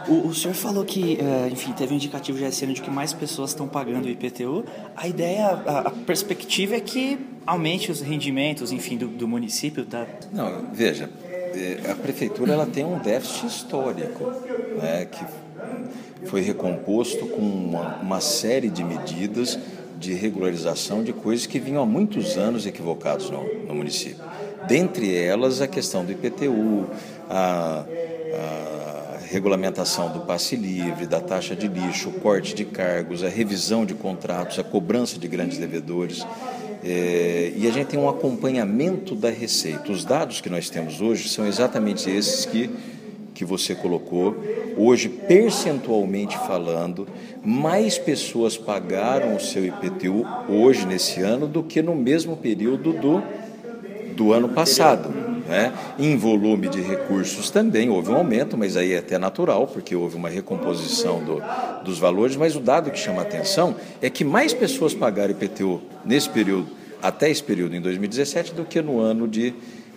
O senhor falou que, enfim, teve um indicativo já esse ano de que mais pessoas estão pagando o IPTU. A ideia, a perspectiva é que aumente os rendimentos, enfim, do município. Não, veja, a prefeitura ela tem um déficit histórico, né, que foi recomposto com uma série de medidas de regularização de coisas que vinham há muitos anos equivocados no município. Dentre elas, a questão do IPTU, a regulamentação do passe livre, da taxa de lixo, o corte de cargos, a revisão de contratos, a cobrança de grandes devedores. E a gente tem um acompanhamento da receita. Os dados que nós temos hoje são exatamente esses que você colocou. Hoje, percentualmente falando, mais pessoas pagaram o seu IPTU hoje, nesse ano, do que no mesmo período do ano passado. Né? Em volume de recursos também houve um aumento, mas aí é até natural, porque houve uma recomposição dos valores, mas o dado que chama a atenção é que mais pessoas pagaram IPTU nesse período, até esse período em 2017, do que no ano de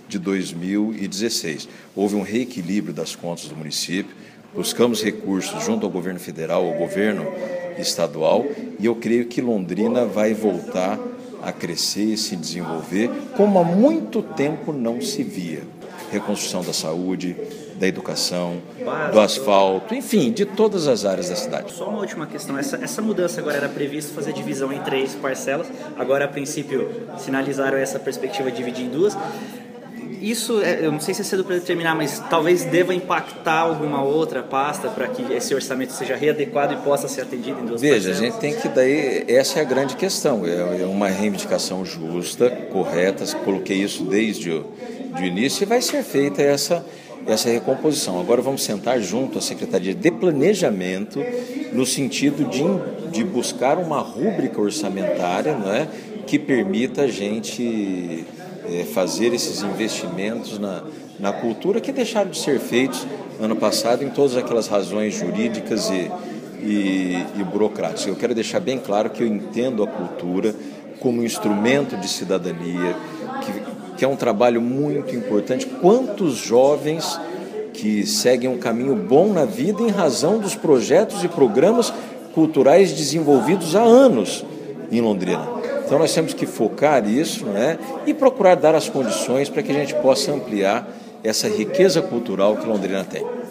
2016. Houve um reequilíbrio das contas do município, buscamos recursos junto ao governo federal, ao governo estadual, e eu creio que Londrina vai voltar a crescer e se desenvolver como há muito tempo não se via. Reconstrução da saúde, da educação, do asfalto, enfim, de todas as áreas da cidade. Só uma última questão, essa mudança agora era previsto fazer divisão em 3 parcelas, agora a princípio sinalizaram essa perspectiva de dividir em 2. Isso, eu não sei se é cedo para determinar, mas talvez deva impactar alguma outra pasta para que esse orçamento seja readequado e possa ser atendido em 2 parcelas? Veja, a gente tem que essa é a grande questão, é uma reivindicação justa, correta, coloquei isso desde o início e vai ser feita essa recomposição. Agora vamos sentar junto à Secretaria de Planejamento no sentido de buscar uma rúbrica orçamentária, não é, que permita a gente fazer esses investimentos na cultura que deixaram de ser feitos ano passado em todas aquelas razões jurídicas e burocráticas. Eu quero deixar bem claro que eu entendo a cultura como instrumento de cidadania, que é um trabalho muito importante. Quantos jovens que seguem um caminho bom na vida em razão dos projetos e programas culturais desenvolvidos há anos em Londrina. Então nós temos que focar isso, né, e procurar dar as condições para que a gente possa ampliar essa riqueza cultural que Londrina tem.